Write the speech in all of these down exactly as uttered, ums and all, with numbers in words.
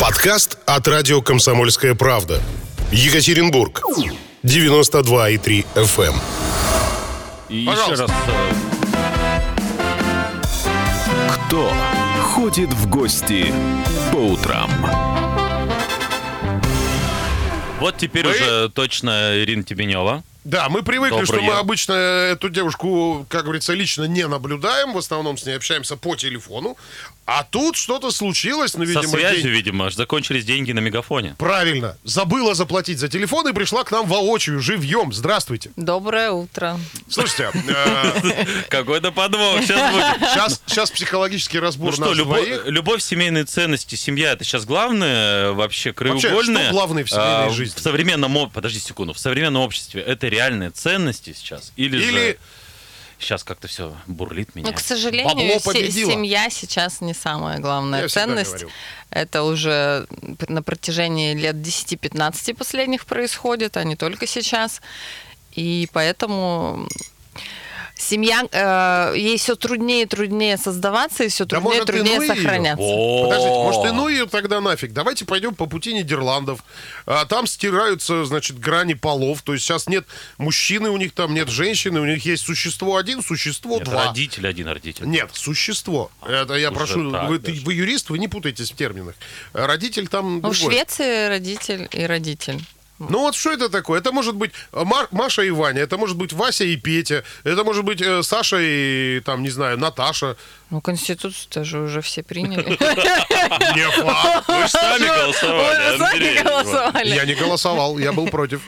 Подкаст от радио «Комсомольская правда». Екатеринбург. девяносто два и три эф эм. И Пожалуйста. еще раз. Кто ходит в гости по утрам? Вот теперь Вы- уже точно Ирина Тебенева. Да, мы привыкли, Добрый что мы день. обычно эту девушку, как говорится, лично не наблюдаем. В основном с ней общаемся по телефону. А тут что-то случилось, ну, Со видимо, связью, день- видимо, аж закончились деньги на Мегафоне. Правильно. Забыла заплатить за телефон и пришла к нам воочию, живьем. Здравствуйте. Доброе утро. Слушайте, э, Какой-то подвох сейчас будет. сейчас, сейчас психологический разбор Ну что, нас любовь, двоих. любовь, семейные ценности, семья — это сейчас главное, вообще краеугольное. что главное в семейной А, жизни? В современном, об- подожди секунду, в современном обществе это реальные ценности сейчас? Или, Или- же сейчас как-то все бурлит меня? Ну, к сожалению, Бабло се- победило. семья сейчас не самая главная Я всегда ценность. говорил. Это уже на протяжении лет десяти-пятнадцати последних происходит, а не только сейчас. И поэтому семья, э, ей все труднее и труднее создаваться, и все Да, труднее и может, и труднее ну её. сохраняться. О! Подождите, может, и ну ее тогда нафиг. Давайте пойдем по пути Нидерландов. А, там стираются, значит, грани полов. То есть сейчас нет мужчины у них, там нет женщины. У них есть существо один, существо Нет, два. родитель один, родитель. Нет, существо. Это я Уже прошу, так вы, даже. вы юрист, вы не путайтесь в терминах. Родитель там Ну, в другой. Швеции родитель и родитель. Ну вот что это такое? Это может быть Мар- Маша и Ваня, это может быть Вася и Петя, это может быть э, Саша и, там, не знаю, Наташа. Ну, Конституцию-то же уже все приняли. Не факт. Вы же сами голосовали, Вы сами Андрей. голосовали. Я не голосовал, я был против.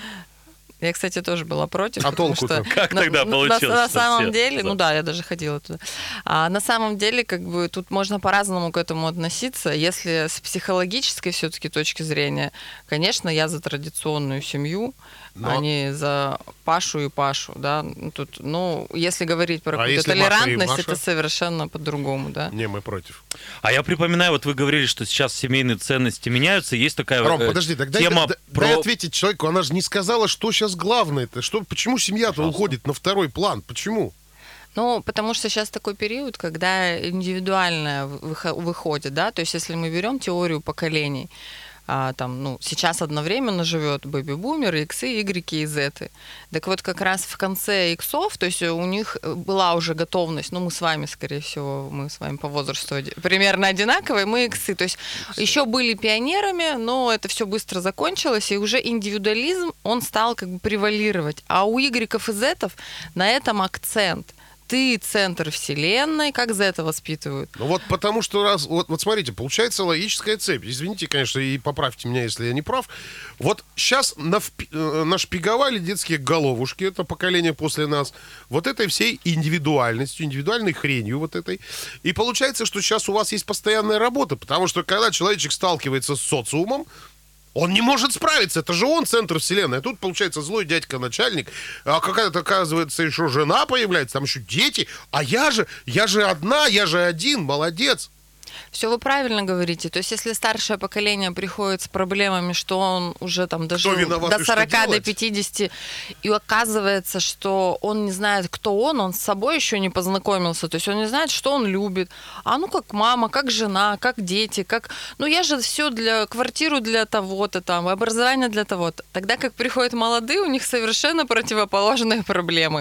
Я, кстати, тоже была против. А потому толку-то? что Как на- тогда на- получилось, На, на что самом все деле, за? ну да, я даже ходила туда. А на самом деле, как бы, тут можно по-разному к этому относиться. Если с психологической все-таки точки зрения, конечно, я за традиционную семью, Но- а не за Пашу и Пашу, да. Ну, Тут, ну, если говорить про А какую-то если Маша и толерантность, Маша? это совершенно по-другому, да. Не, мы против. А я припоминаю, вот вы говорили, что сейчас семейные ценности меняются. Есть такая Ром, э, подожди, тогда тема дай, про... дай ответить человеку. Она же не сказала, что сейчас главное-то. Что, почему семья-то Пожалуйста. уходит на второй план? Почему? Ну, потому что сейчас такой период, когда индивидуальное выхо- выходит, да, то есть если мы берем теорию поколений, а, там, ну, сейчас одновременно живет бэби-бумеры, иксы, игреки и зеты. Так вот, как раз в конце иксов, то есть у них была уже готовность, ну, мы с вами, скорее всего, мы с вами по возрасту оди- примерно одинаковые, мы иксы, то есть еще были пионерами, но это все быстро закончилось, и уже индивидуализм, он стал как бы превалировать. А у игреков и зетов на этом акцент. Ты центр вселенной, как зета воспитывают. Ну вот потому что раз... Вот, вот смотрите, получается логическая цепь. Извините, конечно, и поправьте меня, если я не прав. Вот сейчас навпи- э, нашпиговали детские головушки, это поколение после нас, вот этой всей индивидуальностью, индивидуальной хренью вот этой. И получается, что сейчас у вас есть постоянная работа, потому что когда человечек сталкивается с социумом, он не может справиться, это же он центр вселенной. А тут, получается, злой дядька-начальник, а какая-то, оказывается, еще жена появляется, там еще дети. А я же, я же одна, я же один, молодец. Все вы правильно говорите. То есть, если старшее поколение приходит с проблемами, что он уже там дожил виноват до и что сорока, до делать? пятидесяти, и оказывается, что он не знает, кто он, он с собой еще не познакомился. То есть он не знает, что он любит. А ну как мама, как жена, как дети, как. Ну я же все для квартиру для того-то там, образование для того-то. Тогда как приходят молодые, у них совершенно противоположные проблемы.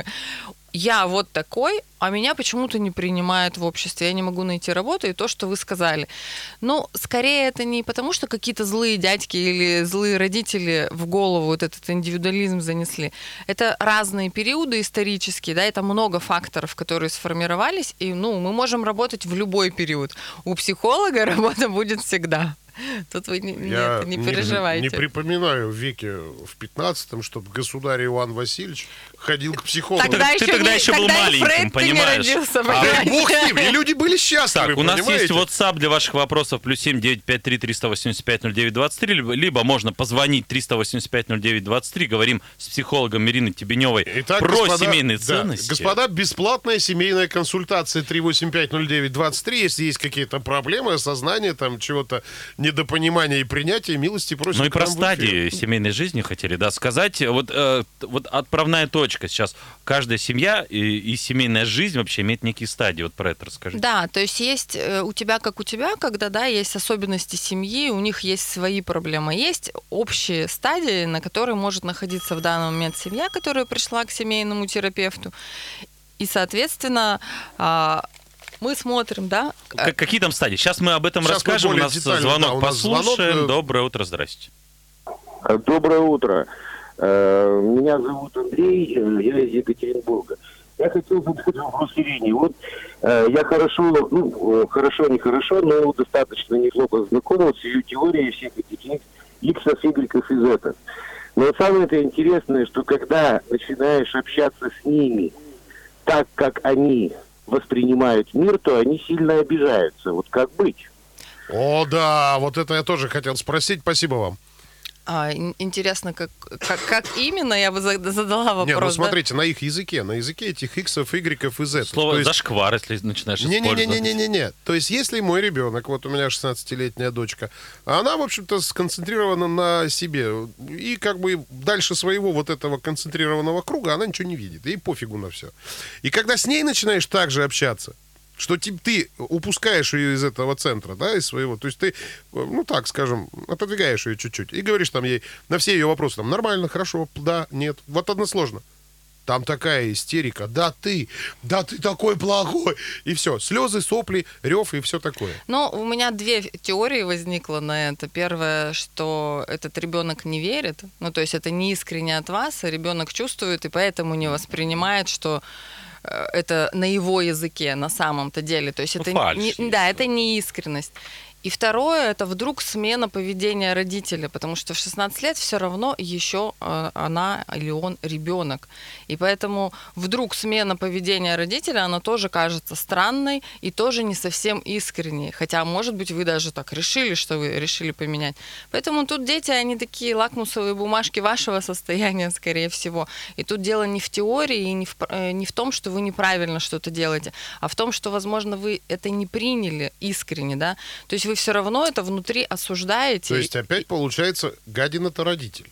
Я вот такой, а меня почему-то не принимают в обществе. Я не могу найти работу, и то, что вы сказали. Ну, скорее это не потому, что какие-то злые дядьки или злые родители в голову вот этот индивидуализм занесли. Это разные периоды исторические, да, это много факторов, которые сформировались, и, ну, мы можем работать в любой период. У психолога работа будет всегда. Тут вы не, Я нет, не переживайте. Не, припоминаю в веке в пятнадцатом, чтобы государь Иван Васильевич ходил к психологу. Тогда Ты еще тогда не- еще был тогда и маленьким, Фрейд-то понимаешь? не родился, А, понимаете? Бог с ним, и люди были счастливы, Так, у нас понимаете? есть WhatsApp для ваших вопросов, плюс семь девять пять три триста восемьдесят пять ноль девять двадцать три, либо, либо можно позвонить триста восемьдесят пять ноль девять двадцать три, говорим с психологом Ириной Тебеневой Итак, про господа, семейные да, ценности. Господа, бесплатная семейная консультация три восемь пять ноль девять двадцать три. Если есть какие-то проблемы, осознание там чего-то недопонимания и принятия, милости просим. Ну и к про нам в эфир. стадии семейной жизни хотели, да, сказать. Вот, э, вот отправная точка сейчас. Каждая семья и, и семейная жизнь вообще имеет некие стадии. Вот про это расскажите. Да, то есть есть э, у тебя, как у тебя, когда, да, есть особенности семьи, у них есть свои проблемы. Есть общие стадии, на которые может находиться в данный момент семья, которая пришла к семейному терапевту. И, соответственно, а, мы смотрим, да. К- какие там стадии? Сейчас мы об этом Сейчас мы расскажем. У более нас детально, звонок да, у нас послушаем. звонок. Доброе утро, здрасте. Доброе утро. Э, Меня зовут Андрей, э, я из Екатеринбурга. Я хотел задать вопрос Ирине. Вот э, я хорошо, ну, э, хорошо, нехорошо, но достаточно неплохо знаком с ее теорией всех этих иксов, игреков и зетов. Но самое-то интересное, что когда начинаешь общаться с ними так, как они воспринимают мир, то они сильно обижаются. Вот как быть? О, да, вот это я тоже хотел спросить. Спасибо вам. А, ин- интересно, как, как, как именно я бы за- задала вопрос. Не, ну да? смотрите, на их языке, на языке этих иксов, игреков и зетов. Слово То есть- зашквар, если начинаешь использовать. Не-не-не-не-не-не. То есть, если мой ребенок, вот у меня шестнадцатилетняя дочка, она, в общем-то, сконцентрирована на себе. И как бы дальше своего вот этого концентрированного круга она ничего не видит. Ей пофигу на все. И когда с ней начинаешь так же общаться, что ты, ты упускаешь ее из этого центра, да, из своего, то есть ты, ну так скажем, отодвигаешь ее чуть-чуть и говоришь там ей на все ее вопросы, там, нормально, хорошо, да, нет, вот односложно. Там такая истерика, да ты, да ты такой плохой, и все, слезы, сопли, рев и все такое. Ну, у меня две теории возникло на это. Первое, что этот ребенок не верит, ну, то есть это не искренне от вас, а ребенок чувствует и поэтому не воспринимает, что э, это на его языке на самом-то деле. То есть Ну, это фальшь не, есть, да, да. это не искренность. И второе, это вдруг смена поведения родителя, потому что в шестнадцать лет все равно еще э, она или он ребенок. И поэтому вдруг смена поведения родителя, она тоже кажется странной и тоже не совсем искренней. Хотя, может быть, вы даже так решили, что вы решили поменять. Поэтому тут дети, они такие лакмусовые бумажки вашего состояния, скорее всего. И тут дело не в теории и не в, э, не в том, что вы неправильно что-то делаете, а в том, что, возможно, вы это не приняли искренне, да. То есть вы все равно это внутри осуждаете. То есть опять получается, гадина-то родитель.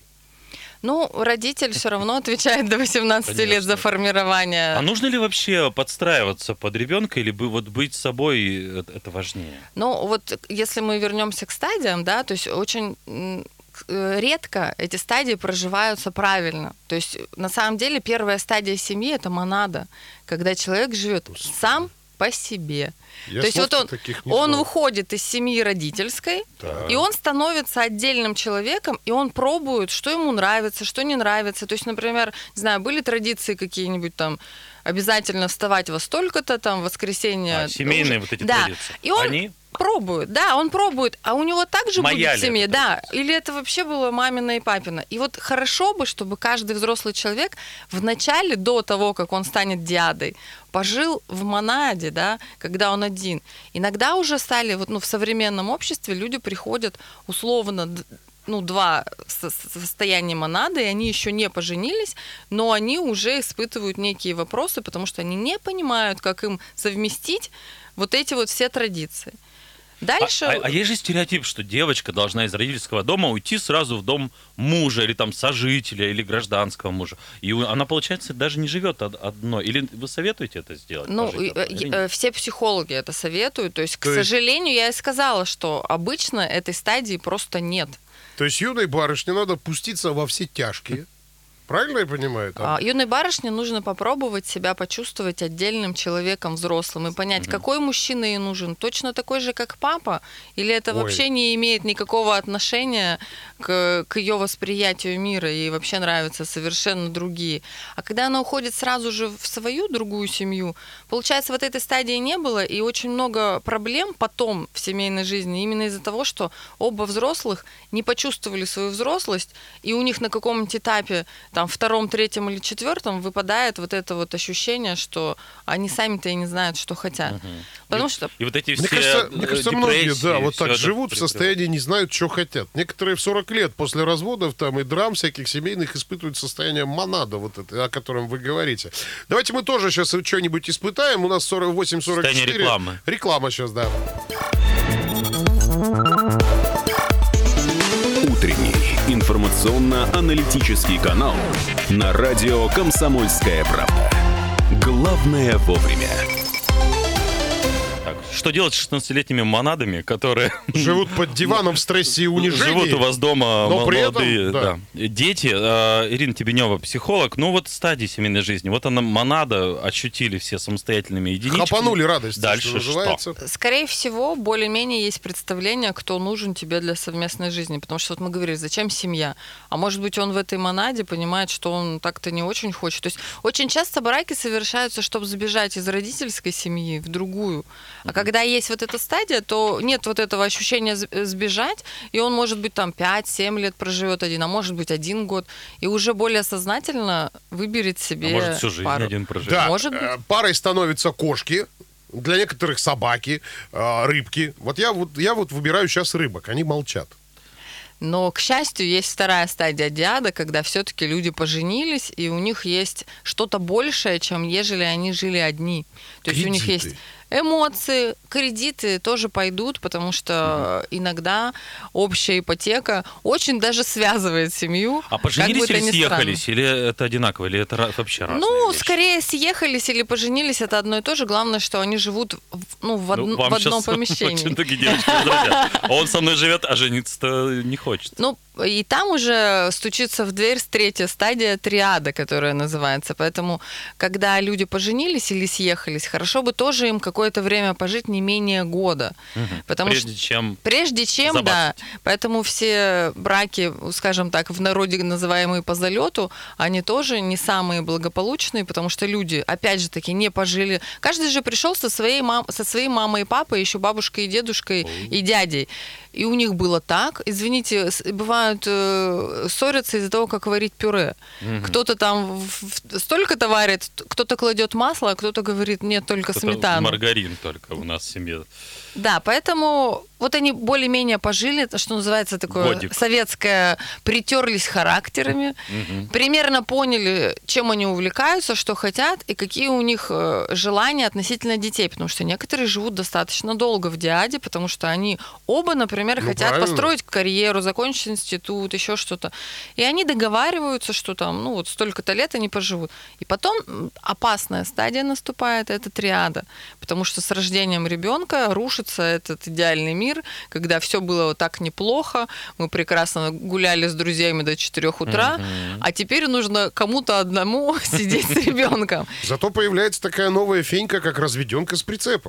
Ну, родитель все равно отвечает до восемнадцати лет Конечно. за формирование. А нужно ли вообще подстраиваться под ребенка или бы вот быть собой это это важнее? Ну, вот если мы вернемся к стадиям, да, то есть очень м, к- э, редко эти стадии проживаются правильно. То есть на самом деле первая стадия семьи – это монада, когда человек живет сам по себе. Я То есть вот слов он, таких не он знал. выходит из семьи родительской, Так. и он становится отдельным человеком, и он пробует, что ему нравится, что не нравится. То есть, например, не знаю, были традиции какие-нибудь там, обязательно вставать во столько-то, там, в воскресенье. А, семейные уж- вот эти да. традиции. И он Они? пробует, да, он пробует, а у него также Моя будет в ли семье, это да, традиция? или это вообще было мамина и папина. И вот хорошо бы, чтобы каждый взрослый человек в начале, до того, как он станет диадой, пожил в монаде, да, когда он один. Иногда уже стали, вот, ну, в современном обществе люди приходят условно, д- ну, два со- состояния монады, и они еще не поженились, но они уже испытывают некие вопросы, потому что они не понимают, как им совместить вот эти вот все традиции. А, Дальше... а- а есть же стереотип, что девочка должна из родительского дома уйти сразу в дом мужа или там сожителя или гражданского мужа. И у- она, получается, даже не живет од- одной. Или вы советуете это сделать? Ну, пожить э, одной, или э, нет? все психологи это советуют. То есть, к То есть- сожалению, я и сказала, что обычно этой стадии просто нет. То есть юной барышне надо пуститься во все тяжкие. Правильно я понимаю? Там? А юной барышне нужно попробовать себя почувствовать отдельным человеком, взрослым, и понять, какой мужчина ей нужен. Точно такой же, как папа? Или это Ой. вообще не имеет никакого отношения к, к ее восприятию мира, ей вообще нравятся совершенно другие. А когда она уходит сразу же в свою другую семью, получается, вот этой стадии не было, и очень много проблем потом в семейной жизни именно из-за того, что оба взрослых не почувствовали свою взрослость, и у них на каком-нибудь этапе, там, втором, третьем или четвертом выпадает вот это вот ощущение, что они сами-то и не знают, что хотят. Потому И- что... И вот эти все Мне кажется, э, мне кажется депрессии, многие, да, вот всё так это живут в прикрывает. состоянии, не знают, что хотят. Некоторые в сорок лет после разводов там и драм всяких семейных испытывают состояние монада, вот это, о котором вы говорите. Давайте мы тоже сейчас что-нибудь испытаем. У нас восемь сорок четыре. Состояние рекламы. Реклама сейчас, да. информационно-аналитический канал на радио «Комсомольская правда». Главное вовремя. Так, что делать с шестнадцатилетними монадами, которые Живут под диваном в стрессе и унижении. живут у вас дома, но м- при этом, молодые да. да, дети? Э, Ирина Тебенева, психолог. Ну вот стадии семейной жизни. Вот она, монада, ощутили все самостоятельными единичками. Хапанули радость, Дальше что называется. Скорее всего, более-менее есть представление, кто нужен тебе для совместной жизни. Потому что вот мы говорили, зачем семья? А может быть, он в этой монаде понимает, что он так-то не очень хочет. То есть очень часто браки совершаются, чтобы сбежать из родительской семьи в другую. А когда есть вот эта стадия, то нет вот этого ощущения сбежать, и он, может быть, там пять-семь лет проживет один, а может быть, один год, и уже более сознательно выберет себе А может, всю жизнь пару. один проживет. Да, Может быть. э, парой становятся кошки, для некоторых собаки, э, рыбки. Вот я вот, я вот выбираю сейчас рыбок, они молчат. Но, к счастью, есть вторая стадия диада, когда все-таки люди поженились, и у них есть что-то большее, чем ежели они жили одни. То есть у них Кредиты. есть эмоции, кредиты тоже пойдут, потому что иногда общая ипотека очень даже связывает семью. А как бы поженились это или ни съехались? странно. Или это одинаково? Или это ра- вообще разные Ну, вещи? скорее съехались или поженились, это одно и то же. Главное, что они живут в, ну, в, од- Ну, в вам одном щас помещении. очень такие девочки возразят. А он со мной живет, а жениться-то не хочет. Ну, и там уже стучится в дверь третья стадия триада, которая называется. Поэтому, когда люди поженились или съехались, хорошо бы тоже им какое-то время пожить не менее года. Потому Прежде что чем... Прежде чем, забацать. да. Поэтому все браки, скажем так, в народе называемые по залету, они тоже не самые благополучные, потому что люди, опять же таки, не пожили. Каждый же пришел со своей, мам, со своей мамой и папой, еще бабушкой и дедушкой и дядей. И у них было так. Извините, с- бывают э, ссорятся из-за того, как варить пюре. Кто-то там в- в- столько-то варит, кто-то кладет масло, а кто-то говорит, нет, только Это сметану. маргарин только у нас в семье. Да, поэтому вот они более-менее пожили, это, что называется, такое Годик. советское, притерлись характерами, примерно поняли, чем они увлекаются, что хотят и какие у них э, желания относительно детей, потому что некоторые живут достаточно долго в диаде, потому что они оба, например, Ну, хотят правильно. построить карьеру, закончить институт, еще что-то. И они договариваются, что там, ну вот столько-то лет они поживут. И потом м, опасная стадия наступает, это триада, потому что с рождением ребенка рушится этот идеальный мир, когда все было вот так неплохо, мы прекрасно гуляли с друзьями до четырёх утра, а теперь нужно кому-то одному сидеть с ребенком. Зато появляется такая новая фенька, как разведенка с прицепом.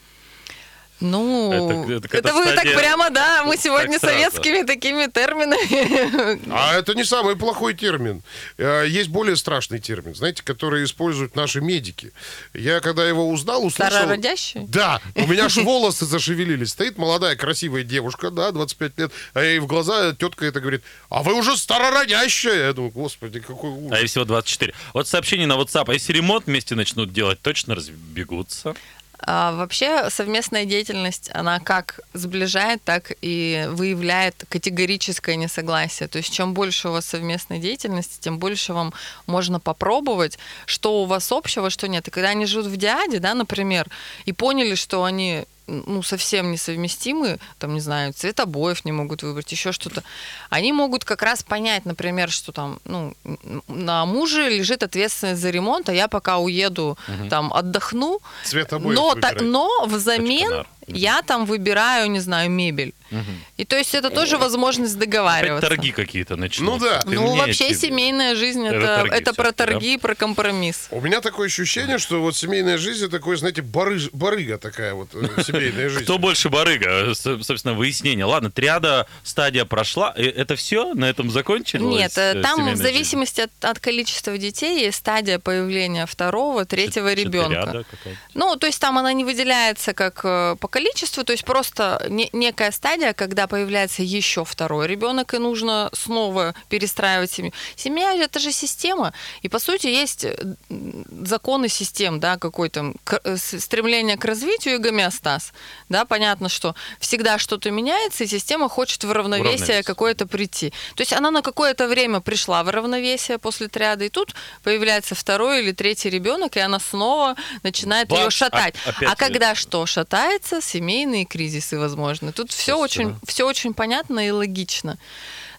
Ну, Это- это, это какая-то вы так стадия- прямо, да, мы сегодня сразу. советскими такими терминами. А это не самый плохой термин. Э, Есть более страшный термин, знаете, который используют наши медики. Я когда его узнал, услышал... Старородящие? Да, у меня аж волосы зашевелились. Стоит молодая красивая девушка, да, двадцать пять лет, а ей в глаза тетка это говорит, а вы уже старородящая. Я думаю, господи, какой А ужас. ей всего двадцать четыре. Вот сообщение на WhatsApp. А если ремонт вместе начнут делать, точно разбегутся. А вообще совместная деятельность, она как сближает, так и выявляет категорическое несогласие. То есть чем больше у вас совместной деятельности, тем больше вам можно попробовать, что у вас общего, что нет. И когда они живут в диаде, да, например, и поняли, что они ну, совсем несовместимы, там, не знаю, цвет обоев не могут выбрать, еще что-то, они могут как раз понять, например, что там, ну, на муже лежит ответственность за ремонт, а я пока уеду, там, отдохну, Цвет обоев но, выбирать. та- но взамен Качканар. я там выбираю, не знаю, мебель. И то есть это тоже возможность Опять договариваться. торги какие-то начнут. Ну да. Ты Ну, мне, вообще тебе. семейная жизнь Это это, торги это про всё-таки, да? торги и про компромисс. У меня такое ощущение, что вот семейная жизнь, это такое, знаете, барыж- барыга такая вот э, семейная жизнь. Кто больше барыга? С- Собственно, выяснение. Ладно, триада стадия прошла. Э, Это все? На этом закончилось? Нет, э, э, там семейная в зависимости от, от количества детей есть стадия появления второго, третьего жизнь? ребенка. Четыряда какая-то. Ну, то есть там она не выделяется как э, по количеству, то есть просто не- некая стадия, когда появляется еще второй ребенок, и нужно снова перестраивать семью. Семья это же система, и по сути есть э, м, законы систем, да, какой-то к- э, с- стремление к развитию и гомеостаз. Да, понятно, что всегда что-то меняется, и система хочет в равновесие равновесие. какое-то прийти. То есть она на какое-то время пришла в равновесие после триады, и тут появляется второй или третий ребенок, и она снова начинает Бац, ее шатать. оп- опять А когда что шатается, семейные кризисы возможны. Тут все Естественно. очень, все очень понятно и логично.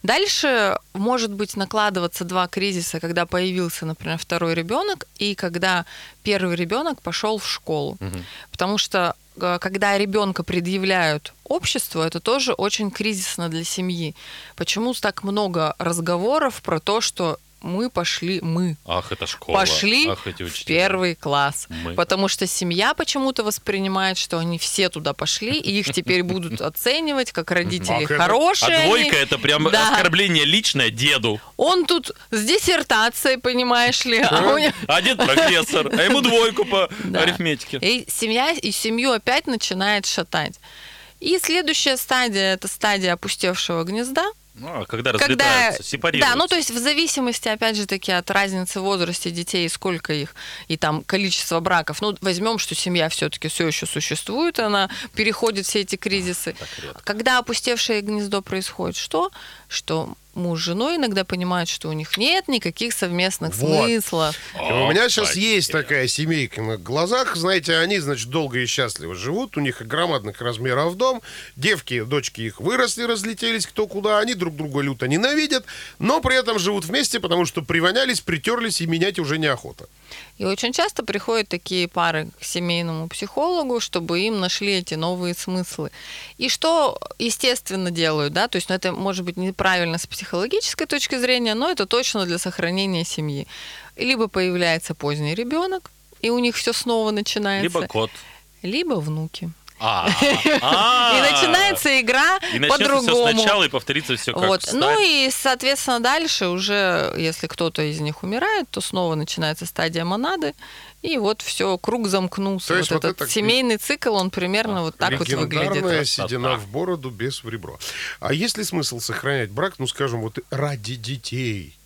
Дальше может быть накладываться два кризиса, когда появился, например, второй ребенок и когда первый ребенок пошел в школу. Угу. Потому что когда ребенка предъявляют обществу, это тоже очень кризисно для семьи. Почему так много разговоров про то, что мы пошли, мы Ах, это школа. пошли Ах, эти в первый класс. Мы. Потому что семья почему-то воспринимает, что они все туда пошли, и их теперь будут оценивать как родители хорошие. А двойка это прям оскорбление личное деду. Он тут с диссертацией, понимаешь ли. Один профессор, а ему двойку по арифметике. И семья, и семью опять начинает шатать. И следующая стадия, это стадия опустевшего гнезда. Ну, а когда разлетаются, когда, сепарируются. Да, ну то есть в зависимости, опять же таки, от разницы в возрасте детей, сколько их, и там количество браков. Ну, возьмем, что семья все-таки все еще существует, она переходит все эти кризисы. А, когда опустевшее гнездо происходит, что? Что муж с женой иногда понимают, что у них нет никаких совместных вот. смыслов. У меня сейчас есть такая семейка на глазах, знаете, они, значит, долго и счастливо живут, у них громадных размеров дом, девки, дочки их выросли, разлетелись кто куда, они друг друга люто ненавидят, но при этом живут вместе, потому что привонялись, притерлись и менять уже неохота. И очень часто приходят такие пары к семейному психологу, чтобы им нашли эти новые смыслы. И что, естественно, делают, да, то есть ну, это может быть неправильно с психологической точки зрения, но это точно для сохранения семьи. Либо появляется поздний ребенок, и у них все снова начинается. Либо кот. Либо внуки. А, и начинается игра по-другому. И начнется все сначала, и повторится все как вот. Ну и, соответственно, дальше уже, если кто-то из них умирает, то снова начинается стадия монады, и вот все, круг замкнулся. То есть вот вот этот это семейный цикл, он примерно вот так вот выглядит. Легендарная седина в бороду, без в ребро. А есть ли смысл сохранять брак, ну, скажем, вот ради детей?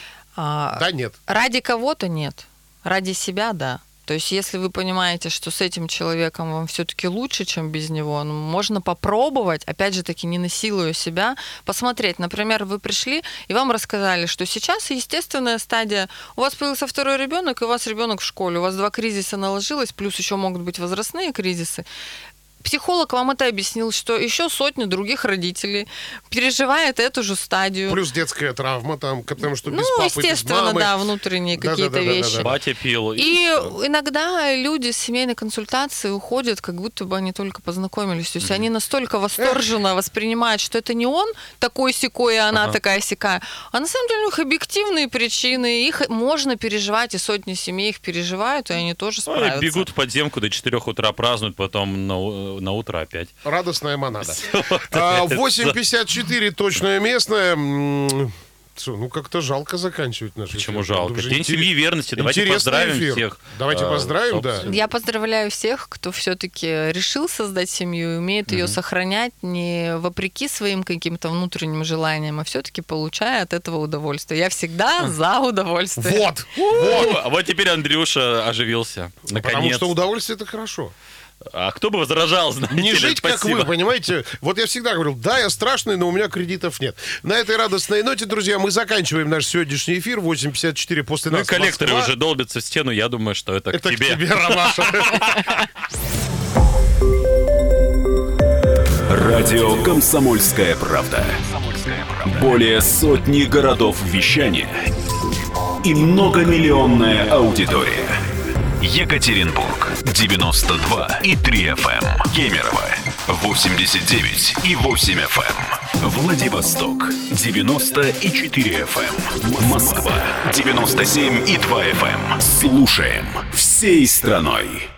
А, да, нет. Ради кого-то нет. Ради себя, да. То есть, если вы понимаете, что с этим человеком вам все-таки лучше, чем без него, ну, можно попробовать, опять же таки, не насилуя себя, посмотреть. Например, вы пришли, и вам рассказали, что сейчас естественная стадия. У вас появился второй ребенок, и у вас ребенок в школе. У вас два кризиса наложилось, плюс еще могут быть возрастные кризисы. Психолог вам это объяснил, что еще сотни других родителей переживают эту же стадию. Плюс детская травма, там, потому что без ну, папы, естественно, без мамы. да, внутренние да, какие-то да, да, вещи. Да, да, да. Батя пил. И, и иногда люди с семейной консультации уходят, как будто бы они только познакомились. То есть mm-hmm. они настолько восторженно воспринимают, что это не он такой-сякой, и она ага. такая-сякая. А на самом деле у них объективные причины. Их можно переживать, и сотни семей их переживают, и они тоже справятся. Ой, бегут в подземку до четырех утра, празднуют, потом на, на утро опять. Радостная монада. восемь пятьдесят четыре точное местное. Ну, как-то жалко заканчивать наш эфир. Почему жалко? День семьи и верности. Давайте поздравим эфир. всех. Давайте а, поздравим, да. Я поздравляю всех, кто все-таки решил создать семью и умеет ее mm-hmm. сохранять не вопреки своим каким-то внутренним желаниям, а все-таки получая от этого удовольствие. Я всегда mm. за удовольствие. Вот! Вот. Вот теперь Андрюша оживился. Наконец. Потому что удовольствие — это хорошо. А кто бы возражал, знаете Не ли, жить, спасибо. как вы, понимаете? Вот я всегда говорил, да, я страшный, но у меня кредитов нет. На этой радостной ноте, друзья, мы заканчиваем наш сегодняшний эфир. восемь пятьдесят четыре после ну нас. Ну и коллекторы Москва. уже долбятся в стену, я думаю, что это, это к тебе. Это к тебе, Ромаша. Радио «Комсомольская правда». Более сотни городов вещания и многомиллионная аудитория. Екатеринбург девяносто два и три эф эм, Кемерово восемьдесят девять и восемь эф эм, Владивосток девяносто и четыре эф эм, Москва девяносто семь и два эф эм. Слушаем всей страной.